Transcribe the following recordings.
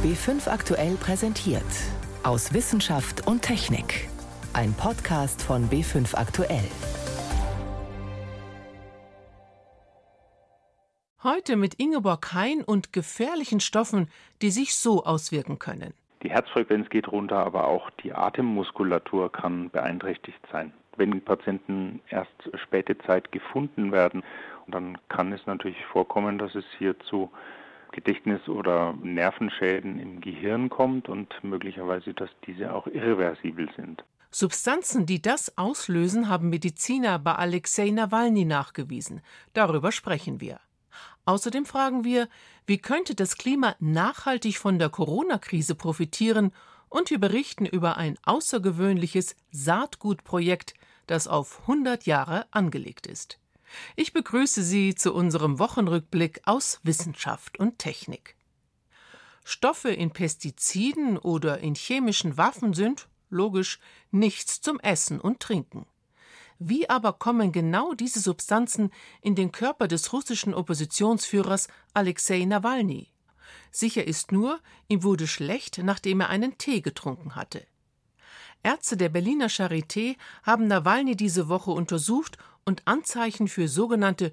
B5 aktuell präsentiert. Aus Wissenschaft und Technik. Ein Podcast von B5 aktuell. Heute mit Ingeborg Hein und gefährlichen Stoffen, die sich so auswirken können. Die Herzfrequenz geht runter, aber auch die Atemmuskulatur kann beeinträchtigt sein. Wenn Patienten erst späte Zeit gefunden werden, dann kann es natürlich vorkommen, dass es hier zu Gedächtnis- oder Nervenschäden im Gehirn kommt und möglicherweise, dass diese auch irreversibel sind. Substanzen, die das auslösen, haben Mediziner bei Alexei Nawalny nachgewiesen. Darüber sprechen wir. Außerdem fragen wir, wie könnte das Klima nachhaltig von der Corona-Krise profitieren, und wir berichten über ein außergewöhnliches Saatgutprojekt, das auf 100 Jahre angelegt ist. Ich begrüße Sie zu unserem Wochenrückblick aus Wissenschaft und Technik. Stoffe in Pestiziden oder in chemischen Waffen sind, logisch, nichts zum Essen und Trinken. Wie aber kommen genau diese Substanzen in den Körper des russischen Oppositionsführers Alexei Nawalny? Sicher ist nur, ihm wurde schlecht, nachdem er einen Tee getrunken hatte. Ärzte der Berliner Charité haben Nawalny diese Woche untersucht und Anzeichen für sogenannte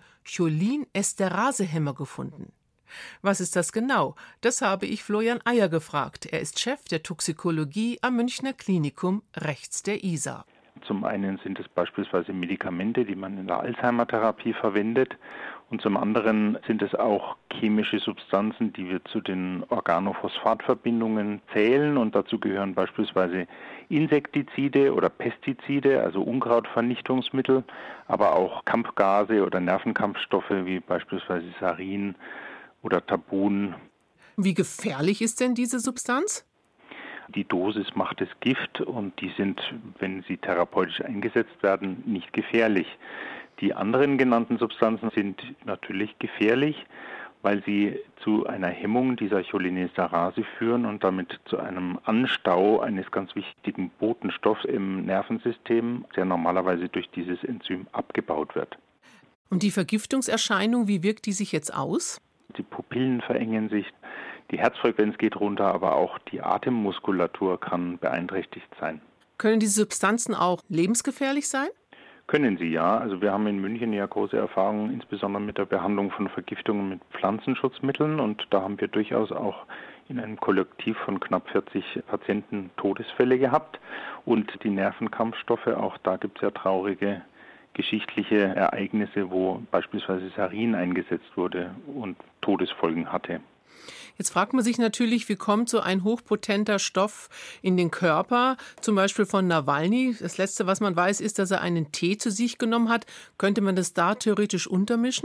Cholin-Esterase-Hämmer gefunden. Was ist das genau? Das habe ich Florian Eier gefragt. Er ist Chef der Toxikologie am Münchner Klinikum rechts der Isar. Zum einen sind es beispielsweise Medikamente, die man in der Alzheimer-Therapie verwendet, und zum anderen sind es auch chemische Substanzen, die wir zu den Organophosphatverbindungen zählen, und dazu gehören beispielsweise Insektizide oder Pestizide, also Unkrautvernichtungsmittel, aber auch Kampfgase oder Nervenkampfstoffe wie beispielsweise Sarin oder Tabun. Wie gefährlich ist denn diese Substanz? Die Dosis macht das Gift, und die sind, wenn sie therapeutisch eingesetzt werden, nicht gefährlich. Die anderen genannten Substanzen sind natürlich gefährlich, weil sie zu einer Hemmung dieser Cholinesterase führen und damit zu einem Anstau eines ganz wichtigen Botenstoffs im Nervensystem, der normalerweise durch dieses Enzym abgebaut wird. Und die Vergiftungserscheinung, wie wirkt die sich jetzt aus? Die Pupillen verengen sich, die Herzfrequenz geht runter, aber auch die Atemmuskulatur kann beeinträchtigt sein. Können diese Substanzen auch lebensgefährlich sein? Können sie, ja. Also wir haben in München ja große Erfahrungen, insbesondere mit der Behandlung von Vergiftungen mit Pflanzenschutzmitteln, und da haben wir durchaus auch in einem Kollektiv von knapp 40 Patienten Todesfälle gehabt. Und die Nervenkampfstoffe, auch da gibt es ja traurige geschichtliche Ereignisse, wo beispielsweise Sarin eingesetzt wurde und Todesfolgen hatte. Jetzt fragt man sich natürlich, wie kommt so ein hochpotenter Stoff in den Körper, zum Beispiel von Nawalny? Das Letzte, was man weiß, ist, dass er einen Tee zu sich genommen hat. Könnte man das da theoretisch untermischen?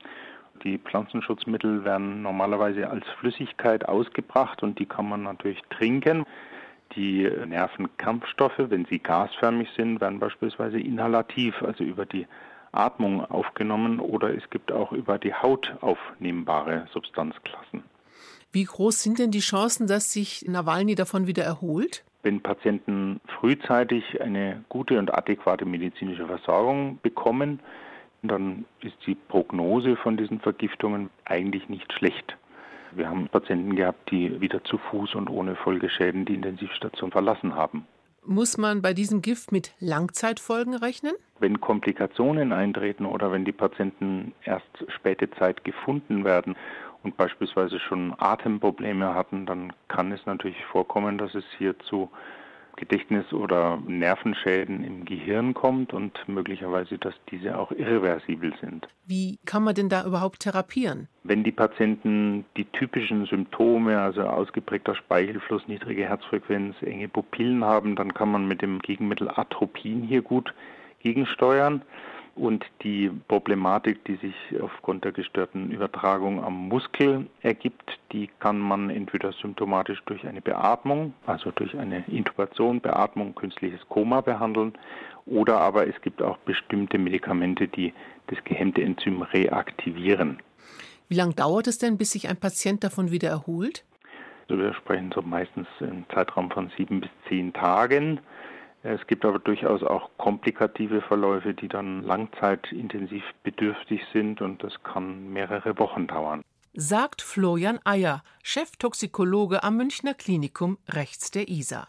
Die Pflanzenschutzmittel werden normalerweise als Flüssigkeit ausgebracht, und die kann man natürlich trinken. Die Nervenkampfstoffe, wenn sie gasförmig sind, werden beispielsweise inhalativ, also über die Atmung aufgenommen, oder es gibt auch über die Haut aufnehmbare Substanzklassen. Wie groß sind denn die Chancen, dass sich Nawalny davon wieder erholt? Wenn Patienten frühzeitig eine gute und adäquate medizinische Versorgung bekommen, dann ist die Prognose von diesen Vergiftungen eigentlich nicht schlecht. Wir haben Patienten gehabt, die wieder zu Fuß und ohne Folgeschäden die Intensivstation verlassen haben. Muss man bei diesem Gift mit Langzeitfolgen rechnen? Wenn Komplikationen eintreten oder wenn die Patienten erst späte Zeit gefunden werden und beispielsweise schon Atemprobleme hatten, dann kann es natürlich vorkommen, dass es hier zu Gedächtnis- oder Nervenschäden im Gehirn kommt und möglicherweise, dass diese auch irreversibel sind. Wie kann man denn da überhaupt therapieren? Wenn die Patienten die typischen Symptome, also ausgeprägter Speichelfluss, niedrige Herzfrequenz, enge Pupillen haben, dann kann man mit dem Gegenmittel Atropin hier gut gegensteuern. Und die Problematik, die sich aufgrund der gestörten Übertragung am Muskel ergibt, die kann man entweder symptomatisch durch eine Beatmung, also durch eine Intubation, Beatmung, künstliches Koma behandeln, oder aber es gibt auch bestimmte Medikamente, die das gehemmte Enzym reaktivieren. Wie lange dauert es denn, bis sich ein Patient davon wieder erholt? Also wir sprechen so meistens im Zeitraum von 7 bis 10 Tagen. Es gibt aber durchaus auch komplikative Verläufe, die dann langzeitintensiv bedürftig sind, und das kann mehrere Wochen dauern. sagt Florian Eyer, Cheftoxikologe am Münchner Klinikum rechts der Isar.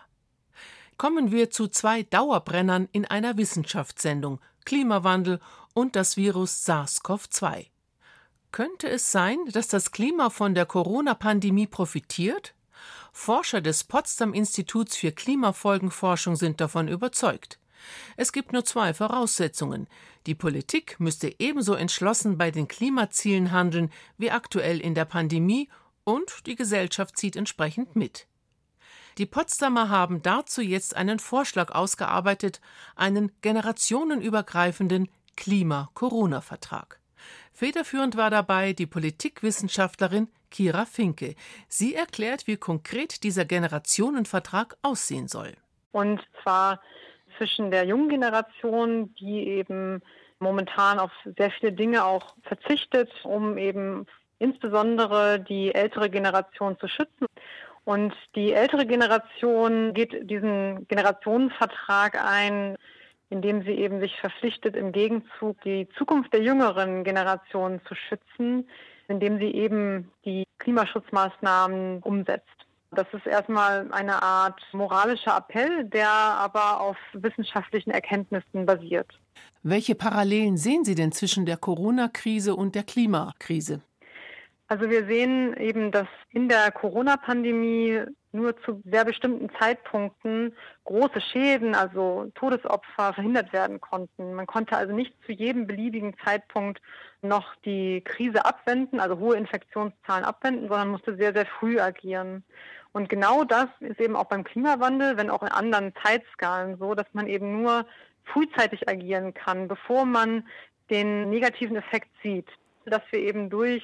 Kommen wir zu 2 Dauerbrennern in einer Wissenschaftssendung: Klimawandel und das Virus SARS-CoV-2. Könnte es sein, dass das Klima von der Corona-Pandemie profitiert? Forscher des Potsdam-Instituts für Klimafolgenforschung sind davon überzeugt. Es gibt nur 2 Voraussetzungen. Die Politik müsste ebenso entschlossen bei den Klimazielen handeln wie aktuell in der Pandemie, und die Gesellschaft zieht entsprechend mit. Die Potsdamer haben dazu jetzt einen Vorschlag ausgearbeitet, einen generationenübergreifenden Klima-Corona-Vertrag. Federführend war dabei die Politikwissenschaftlerin Kira Finke. Sie erklärt, wie konkret dieser Generationenvertrag aussehen soll. Und zwar zwischen der jungen Generation, die eben momentan auf sehr viele Dinge auch verzichtet, um eben insbesondere die ältere Generation zu schützen. Und die ältere Generation geht diesen Generationenvertrag ein, indem sie eben sich verpflichtet, im Gegenzug die Zukunft der jüngeren Generation zu schützen, indem sie eben die Klimaschutzmaßnahmen umsetzt. Das ist erstmal eine Art moralischer Appell, der aber auf wissenschaftlichen Erkenntnissen basiert. Welche Parallelen sehen Sie denn zwischen der Corona-Krise und der Klimakrise? Also wir sehen eben, dass in der Corona-Pandemie nur zu sehr bestimmten Zeitpunkten große Schäden, also Todesopfer, verhindert werden konnten. Man konnte also nicht zu jedem beliebigen Zeitpunkt noch die Krise abwenden, also hohe Infektionszahlen abwenden, sondern musste sehr, sehr früh agieren. Und genau das ist eben auch beim Klimawandel, wenn auch in anderen Zeitskalen so, dass man eben nur frühzeitig agieren kann, bevor man den negativen Effekt sieht. Dass wir eben durch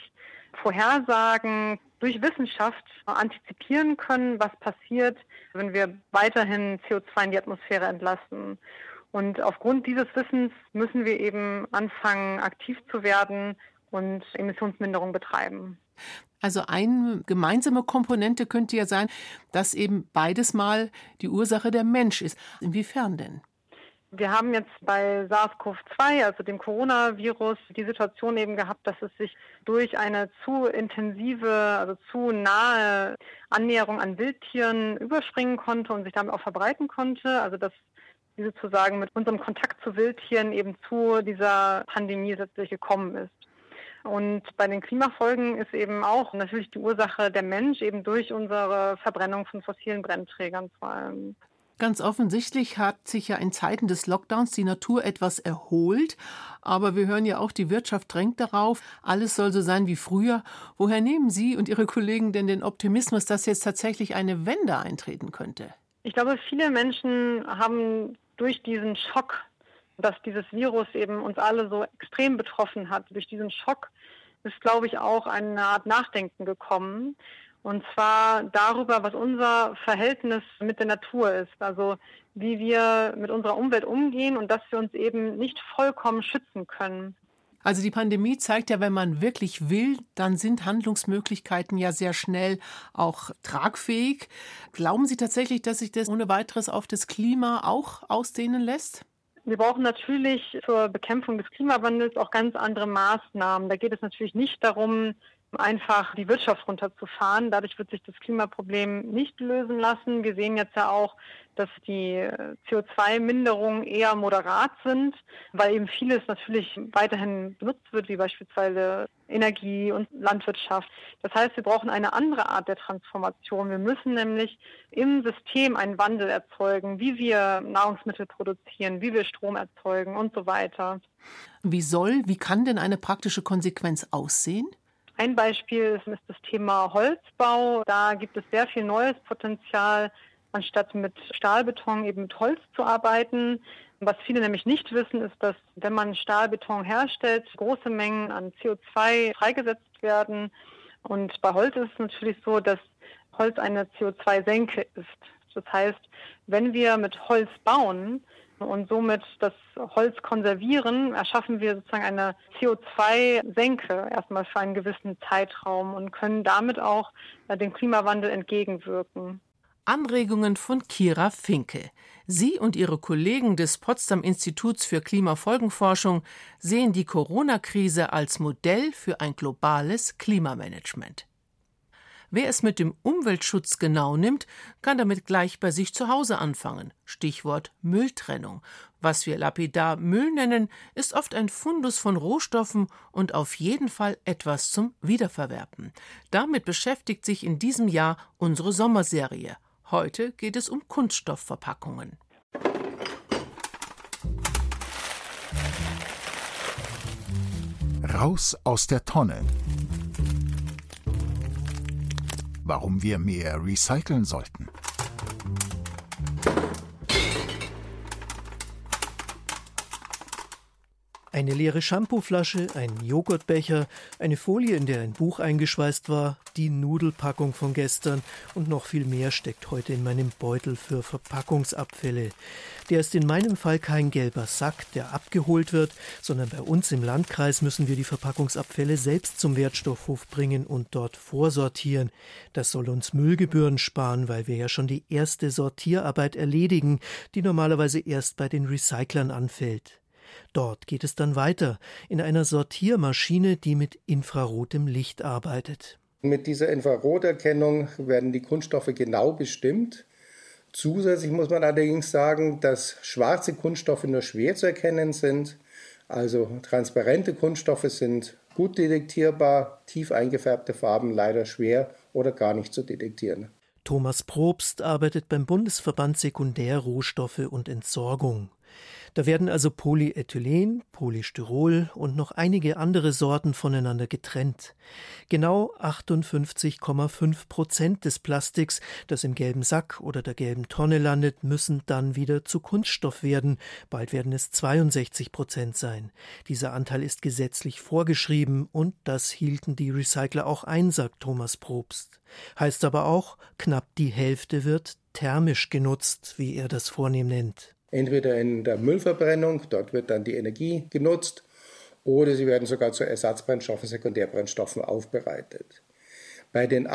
Vorhersagen, durch Wissenschaft antizipieren können, was passiert, wenn wir weiterhin CO2 in die Atmosphäre entlassen. Und aufgrund dieses Wissens müssen wir eben anfangen, aktiv zu werden und Emissionsminderung betreiben. Also eine gemeinsame Komponente könnte ja sein, dass eben beides mal die Ursache der Mensch ist. Inwiefern denn? Wir haben jetzt bei SARS-CoV-2, also dem Coronavirus, die Situation eben gehabt, dass es sich durch eine zu intensive, also zu nahe Annäherung an Wildtieren überspringen konnte und sich damit auch verbreiten konnte. Also dass diese sozusagen mit unserem Kontakt zu Wildtieren eben zu dieser Pandemie letztlich gekommen ist. Und bei den Klimafolgen ist eben auch natürlich die Ursache der Mensch, eben durch unsere Verbrennung von fossilen Brennträgern vor allem. Ganz offensichtlich hat sich ja in Zeiten des Lockdowns die Natur etwas erholt. Aber wir hören ja auch, die Wirtschaft drängt darauf, alles soll so sein wie früher. Woher nehmen Sie und Ihre Kollegen denn den Optimismus, dass jetzt tatsächlich eine Wende eintreten könnte? Ich glaube, viele Menschen haben durch diesen Schock, dass dieses Virus eben uns alle so extrem betroffen hat, durch diesen Schock ist, glaube ich, auch eine Art Nachdenken gekommen. Und zwar darüber, was unser Verhältnis mit der Natur ist. Also wie wir mit unserer Umwelt umgehen und dass wir uns eben nicht vollkommen schützen können. Also die Pandemie zeigt ja, wenn man wirklich will, dann sind Handlungsmöglichkeiten ja sehr schnell auch tragfähig. Glauben Sie tatsächlich, dass sich das ohne weiteres auf das Klima auch ausdehnen lässt? Wir brauchen natürlich zur Bekämpfung des Klimawandels auch ganz andere Maßnahmen. Da geht es natürlich nicht darum, einfach die Wirtschaft runterzufahren. Dadurch wird sich das Klimaproblem nicht lösen lassen. Wir sehen jetzt ja auch, dass die CO2-Minderungen eher moderat sind, weil eben vieles natürlich weiterhin benutzt wird, wie beispielsweise Energie und Landwirtschaft. Das heißt, wir brauchen eine andere Art der Transformation. Wir müssen nämlich im System einen Wandel erzeugen, wie wir Nahrungsmittel produzieren, wie wir Strom erzeugen und so weiter. Wie kann denn eine praktische Konsequenz aussehen? Ein Beispiel ist das Thema Holzbau. Da gibt es sehr viel neues Potenzial, anstatt mit Stahlbeton eben mit Holz zu arbeiten. Was viele nämlich nicht wissen, ist, dass wenn man Stahlbeton herstellt, große Mengen an CO2 freigesetzt werden. Und bei Holz ist es natürlich so, dass Holz eine CO2-Senke ist. Das heißt, wenn wir mit Holz bauen und somit das Holz konservieren, erschaffen wir sozusagen eine CO2-Senke erstmal für einen gewissen Zeitraum und können damit auch dem Klimawandel entgegenwirken. Anregungen von Kira Finke. Sie und ihre Kollegen des Potsdam-Instituts für Klimafolgenforschung sehen die Corona-Krise als Modell für ein globales Klimamanagement. Wer es mit dem Umweltschutz genau nimmt, kann damit gleich bei sich zu Hause anfangen. Stichwort Mülltrennung. Was wir lapidar Müll nennen, ist oft ein Fundus von Rohstoffen und auf jeden Fall etwas zum Wiederverwerten. Damit beschäftigt sich in diesem Jahr unsere Sommerserie. Heute geht es um Kunststoffverpackungen. Raus aus der Tonne. Warum wir mehr recyceln sollten. Eine leere Shampooflasche, ein Joghurtbecher, eine Folie, in der ein Buch eingeschweißt war, die Nudelpackung von gestern und noch viel mehr steckt heute in meinem Beutel für Verpackungsabfälle. Der ist in meinem Fall kein gelber Sack, der abgeholt wird, sondern bei uns im Landkreis müssen wir die Verpackungsabfälle selbst zum Wertstoffhof bringen und dort vorsortieren. Das soll uns Müllgebühren sparen, weil wir ja schon die erste Sortierarbeit erledigen, die normalerweise erst bei den Recyclern anfällt. Dort geht es dann weiter, in einer Sortiermaschine, die mit infrarotem Licht arbeitet. Mit dieser Infraroterkennung werden die Kunststoffe genau bestimmt. Zusätzlich muss man allerdings sagen, dass schwarze Kunststoffe nur schwer zu erkennen sind. Also transparente Kunststoffe sind gut detektierbar, tief eingefärbte Farben leider schwer oder gar nicht zu detektieren. Thomas Probst arbeitet beim Bundesverband Sekundärrohstoffe und Entsorgung. Da werden also Polyethylen, Polystyrol und noch einige andere Sorten voneinander getrennt. Genau 58,5% des Plastiks, das im gelben Sack oder der gelben Tonne landet, müssen dann wieder zu Kunststoff werden. Bald werden es 62% sein. Dieser Anteil ist gesetzlich vorgeschrieben und das hielten die Recycler auch ein, sagt Thomas Probst. Heißt aber auch, knapp die Hälfte wird thermisch genutzt, wie er das vornehm nennt. Entweder in der Müllverbrennung, dort wird dann die Energie genutzt, oder sie werden sogar zu Ersatzbrennstoffen, Sekundärbrennstoffen aufbereitet. Bei den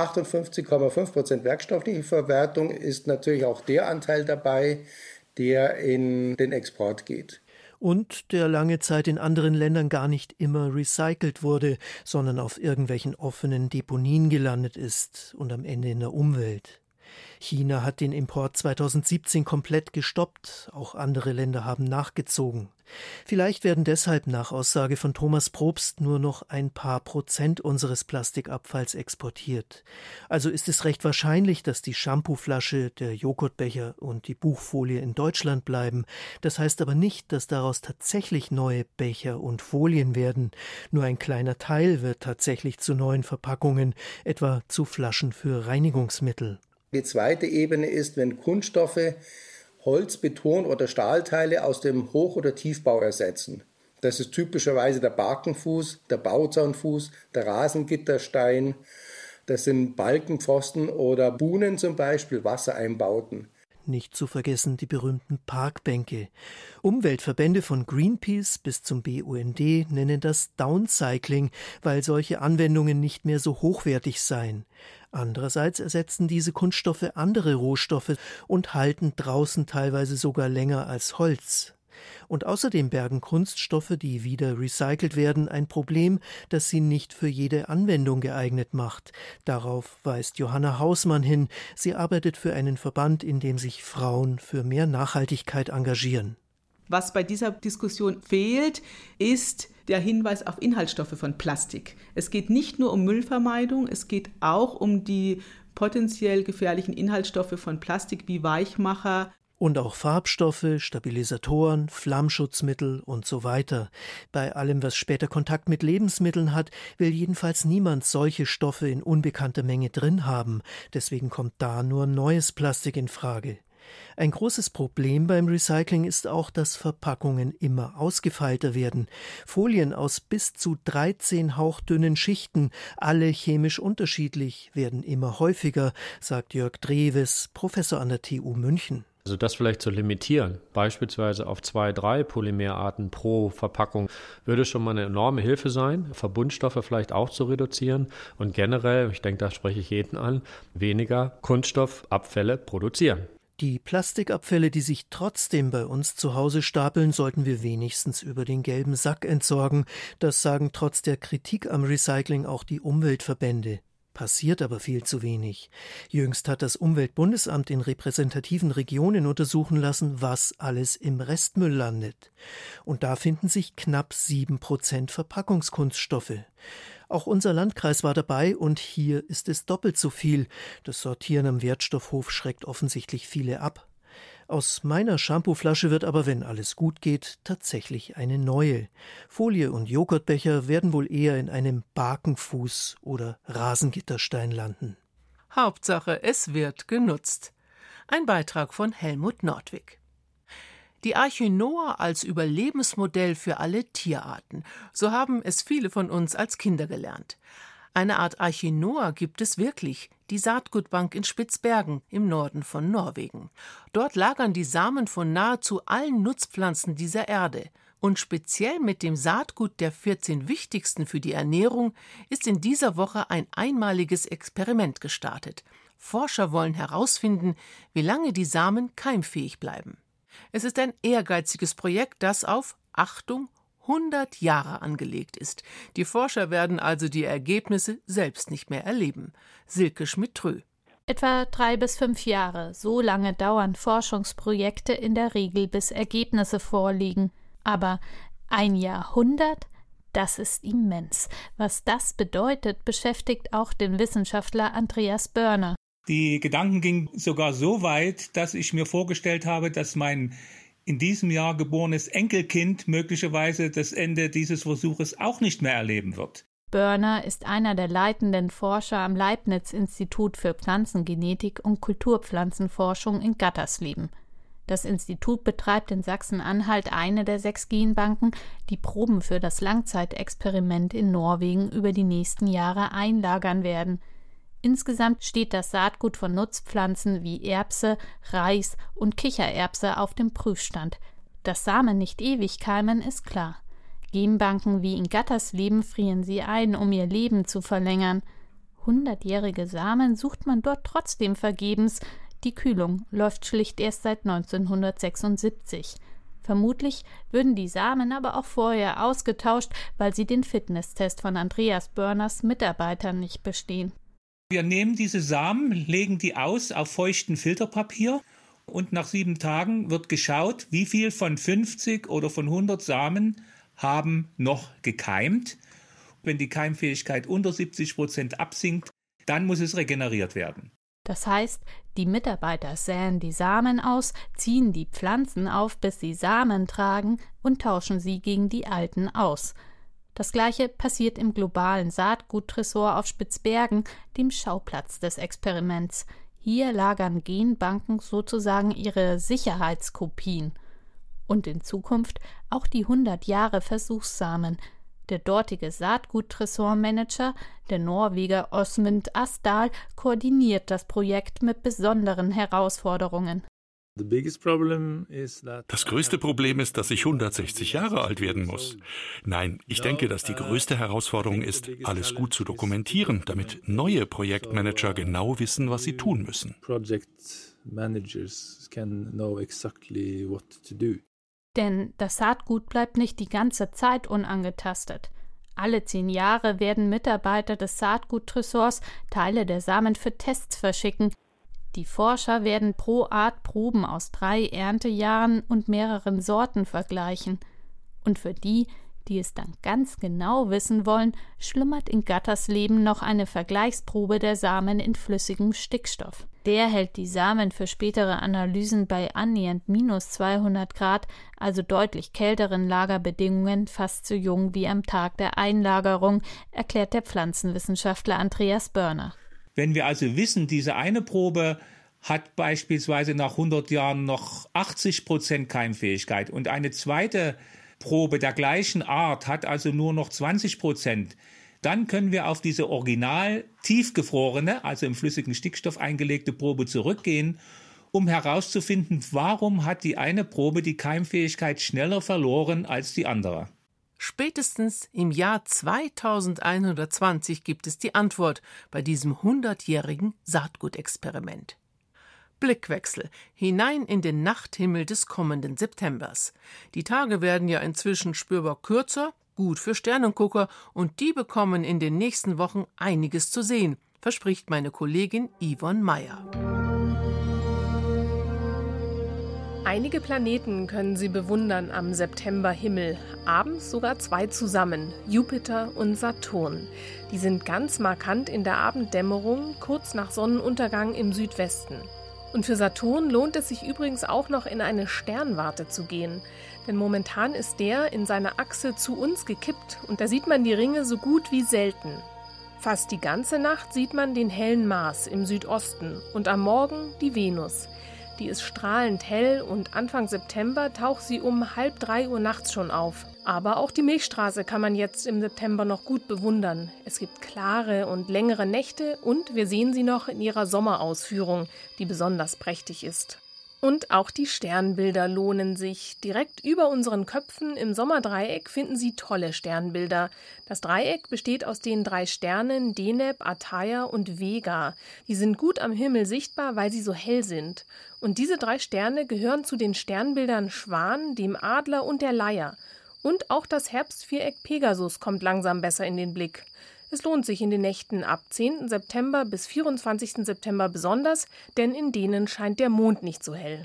58,5% werkstoffliche Verwertung ist natürlich auch der Anteil dabei, der in den Export geht. Und der lange Zeit in anderen Ländern gar nicht immer recycelt wurde, sondern auf irgendwelchen offenen Deponien gelandet ist und am Ende in der Umwelt. China hat den Import 2017 komplett gestoppt, auch andere Länder haben nachgezogen. Vielleicht werden deshalb nach Aussage von Thomas Probst nur noch ein paar Prozent unseres Plastikabfalls exportiert. Also ist es recht wahrscheinlich, dass die Shampooflasche, der Joghurtbecher und die Buchfolie in Deutschland bleiben. Das heißt aber nicht, dass daraus tatsächlich neue Becher und Folien werden. Nur ein kleiner Teil wird tatsächlich zu neuen Verpackungen, etwa zu Flaschen für Reinigungsmittel. Die zweite Ebene ist, wenn Kunststoffe Holz, Beton oder Stahlteile aus dem Hoch- oder Tiefbau ersetzen. Das ist typischerweise der Barkenfuß, der Bauzaunfuß, der Rasengitterstein. Das sind Balkenpfosten oder Buhnen zum Beispiel, Wassereinbauten. Nicht zu vergessen die berühmten Parkbänke. Umweltverbände von Greenpeace bis zum BUND nennen das Downcycling, weil solche Anwendungen nicht mehr so hochwertig seien. Andererseits ersetzen diese Kunststoffe andere Rohstoffe und halten draußen teilweise sogar länger als Holz. Und außerdem bergen Kunststoffe, die wieder recycelt werden, ein Problem, das sie nicht für jede Anwendung geeignet macht. Darauf weist Johanna Hausmann hin. Sie arbeitet für einen Verband, in dem sich Frauen für mehr Nachhaltigkeit engagieren. Was bei dieser Diskussion fehlt, ist der Hinweis auf Inhaltsstoffe von Plastik. Es geht nicht nur um Müllvermeidung, es geht auch um die potenziell gefährlichen Inhaltsstoffe von Plastik wie Weichmacher. Und auch Farbstoffe, Stabilisatoren, Flammschutzmittel und so weiter. Bei allem, was später Kontakt mit Lebensmitteln hat, will jedenfalls niemand solche Stoffe in unbekannter Menge drin haben. Deswegen kommt da nur neues Plastik in Frage. Ein großes Problem beim Recycling ist auch, dass Verpackungen immer ausgefeilter werden. Folien aus bis zu 13 hauchdünnen Schichten, alle chemisch unterschiedlich, werden immer häufiger, sagt Jörg Drewes, Professor an der TU München. Also das vielleicht zu limitieren, beispielsweise auf 2, 3 Polymerarten pro Verpackung, würde schon mal eine enorme Hilfe sein, Verbundstoffe vielleicht auch zu reduzieren und generell, ich denke, da spreche ich jeden an, weniger Kunststoffabfälle produzieren. Die Plastikabfälle, die sich trotzdem bei uns zu Hause stapeln, sollten wir wenigstens über den gelben Sack entsorgen. Das sagen trotz der Kritik am Recycling auch die Umweltverbände. Passiert aber viel zu wenig. Jüngst hat das Umweltbundesamt in repräsentativen Regionen untersuchen lassen, was alles im Restmüll landet. Und da finden sich knapp 7% Verpackungskunststoffe. Auch unser Landkreis war dabei und hier ist es doppelt so viel. Das Sortieren am Wertstoffhof schreckt offensichtlich viele ab. Aus meiner Shampooflasche wird aber, wenn alles gut geht, tatsächlich eine neue. Folie und Joghurtbecher werden wohl eher in einem Bakenfuß oder Rasengitterstein landen. Hauptsache, es wird genutzt. Ein Beitrag von Helmut Nordwig. Die Arche Noah als Überlebensmodell für alle Tierarten. So haben es viele von uns als Kinder gelernt. Eine Art Arche Noah gibt es wirklich, die Saatgutbank in Spitzbergen im Norden von Norwegen. Dort lagern die Samen von nahezu allen Nutzpflanzen dieser Erde. Und speziell mit dem Saatgut der 14 wichtigsten für die Ernährung ist in dieser Woche ein einmaliges Experiment gestartet. Forscher wollen herausfinden, wie lange die Samen keimfähig bleiben. Es ist ein ehrgeiziges Projekt, das auf, Achtung, 100 Jahre angelegt ist. Die Forscher werden also die Ergebnisse selbst nicht mehr erleben. Silke Schmidt-Trö. Etwa 3 bis 5 Jahre, so lange dauern Forschungsprojekte in der Regel, bis Ergebnisse vorliegen. Aber ein Jahrhundert, das ist immens. Was das bedeutet, beschäftigt auch den Wissenschaftler Andreas Börner. Die Gedanken gingen sogar so weit, dass ich mir vorgestellt habe, dass mein in diesem Jahr geborenes Enkelkind möglicherweise das Ende dieses Versuches auch nicht mehr erleben wird. Börner ist einer der leitenden Forscher am Leibniz-Institut für Pflanzengenetik und Kulturpflanzenforschung in Gattersleben. Das Institut betreibt in Sachsen-Anhalt eine der 6 Genbanken, die Proben für das Langzeitexperiment in Norwegen über die nächsten Jahre einlagern werden. Insgesamt steht das Saatgut von Nutzpflanzen wie Erbse, Reis und Kichererbse auf dem Prüfstand. Dass Samen nicht ewig keimen, ist klar. Genbanken wie in Gattersleben frieren sie ein, um ihr Leben zu verlängern. 100-jährige Samen sucht man dort trotzdem vergebens. Die Kühlung läuft schlicht erst seit 1976. Vermutlich würden die Samen aber auch vorher ausgetauscht, weil sie den Fitnesstest von Andreas Börners Mitarbeitern nicht bestehen. Wir nehmen diese Samen, legen die aus auf feuchtem Filterpapier und nach 7 Tagen wird geschaut, wie viel von 50 oder von 100 Samen haben noch gekeimt. Wenn die Keimfähigkeit unter 70% absinkt, dann muss es regeneriert werden. Das heißt, die Mitarbeiter säen die Samen aus, ziehen die Pflanzen auf, bis sie Samen tragen und tauschen sie gegen die alten aus. Das Gleiche passiert im globalen Saatguttresor auf Spitzbergen, dem Schauplatz des Experiments. Hier lagern Genbanken sozusagen ihre Sicherheitskopien. Und in Zukunft auch die 100 Jahre Versuchssamen. Der dortige Saatguttresormanager, der Norweger Åsmund Asdal, koordiniert das Projekt mit besonderen Herausforderungen. Das größte Problem ist, dass ich 160 Jahre alt werden muss. Nein, ich denke, dass die größte Herausforderung ist, alles gut zu dokumentieren, damit neue Projektmanager genau wissen, was sie tun müssen. Denn das Saatgut bleibt nicht die ganze Zeit unangetastet. Alle 10 Jahre werden Mitarbeiter des Saatguttresors Teile der Samen für Tests verschicken. Die Forscher werden pro Art Proben aus 3 Erntejahren und mehreren Sorten vergleichen. Und für die, die es dann ganz genau wissen wollen, schlummert in Gattersleben noch eine Vergleichsprobe der Samen in flüssigem Stickstoff. Der hält die Samen für spätere Analysen bei annähernd -200 Grad, also deutlich kälteren Lagerbedingungen, fast so jung wie am Tag der Einlagerung, erklärt der Pflanzenwissenschaftler Andreas Börner. Wenn wir also wissen, diese eine Probe hat beispielsweise nach 100 Jahren noch 80% Keimfähigkeit und eine zweite Probe der gleichen Art hat also nur noch 20%, dann können wir auf diese original tiefgefrorene, also im flüssigen Stickstoff eingelegte Probe zurückgehen um herauszufinden, warum hat die eine Probe die Keimfähigkeit schneller verloren als die andere. Spätestens im Jahr 2120 gibt es die Antwort bei diesem 100-jährigen Saatgutexperiment. Blickwechsel hinein in den Nachthimmel des kommenden Septembers. Die Tage werden ja inzwischen spürbar kürzer, gut für Sternengucker, und die bekommen in den nächsten Wochen einiges zu sehen, verspricht meine Kollegin Yvonne Meyer. Einige Planeten können Sie bewundern am Septemberhimmel, abends sogar 2 zusammen, Jupiter und Saturn. Die sind ganz markant in der Abenddämmerung, kurz nach Sonnenuntergang im Südwesten. Und für Saturn lohnt es sich übrigens auch noch in eine Sternwarte zu gehen. Denn momentan ist der in seiner Achse zu uns gekippt und da sieht man die Ringe so gut wie selten. Fast die ganze Nacht sieht man den hellen Mars im Südosten und am Morgen die Venus. Die ist strahlend hell und Anfang September taucht sie um 2:30 Uhr nachts schon auf. Aber auch die Milchstraße kann man jetzt im September noch gut bewundern. Es gibt klare und längere Nächte und wir sehen sie noch in ihrer Sommerausführung, die besonders prächtig ist. Und auch die Sternbilder lohnen sich. Direkt über unseren Köpfen im Sommerdreieck finden Sie tolle Sternbilder. Das Dreieck besteht aus den 3 Sternen Deneb, Ataia und Vega. Die sind gut am Himmel sichtbar, weil sie so hell sind. Und diese 3 Sterne gehören zu den Sternbildern Schwan, dem Adler und der Leier. Und auch das Herbstviereck Pegasus kommt langsam besser in den Blick. Es lohnt sich in den Nächten ab 10. September bis 24. September besonders, denn in denen scheint der Mond nicht so hell.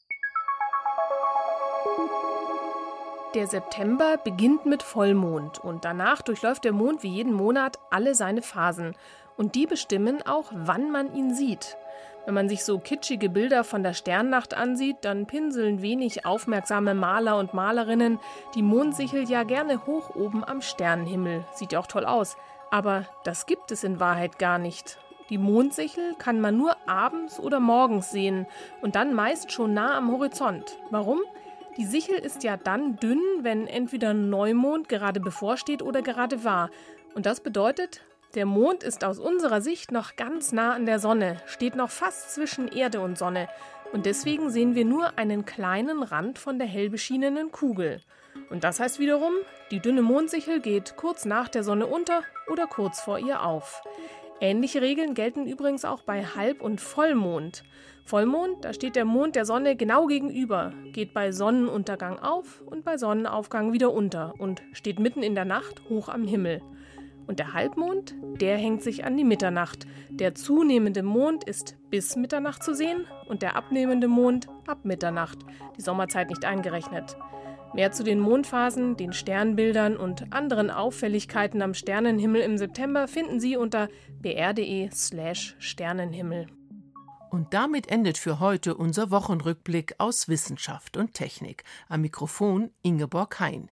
Der September beginnt mit Vollmond und danach durchläuft der Mond wie jeden Monat alle seine Phasen. Und die bestimmen auch, wann man ihn sieht. Wenn man sich so kitschige Bilder von der Sternnacht ansieht, dann pinseln wenig aufmerksame Maler und Malerinnen die Mondsichel ja gerne hoch oben am Sternenhimmel. Sieht ja auch toll aus. Aber das gibt es in Wahrheit gar nicht. Die Mondsichel kann man nur abends oder morgens sehen und dann meist schon nah am Horizont. Warum? Die Sichel ist ja dann dünn, wenn entweder Neumond gerade bevorsteht oder gerade war. Und das bedeutet, der Mond ist aus unserer Sicht noch ganz nah an der Sonne, steht noch fast zwischen Erde und Sonne. Und deswegen sehen wir nur einen kleinen Rand von der hell beschienenen Kugel. Und das heißt wiederum, die dünne Mondsichel geht kurz nach der Sonne unter oder kurz vor ihr auf. Ähnliche Regeln gelten übrigens auch bei Halb- und Vollmond. Vollmond, da steht der Mond der Sonne genau gegenüber, geht bei Sonnenuntergang auf und bei Sonnenaufgang wieder unter und steht mitten in der Nacht hoch am Himmel. Und der Halbmond, der hängt sich an die Mitternacht. Der zunehmende Mond ist bis Mitternacht zu sehen und der abnehmende Mond ab Mitternacht, die Sommerzeit nicht eingerechnet. Mehr zu den Mondphasen, den Sternbildern und anderen Auffälligkeiten am Sternenhimmel im September finden Sie unter br.de/Sternenhimmel. Und damit endet für heute unser Wochenrückblick aus Wissenschaft und Technik. Am Mikrofon Ingeborg Hein.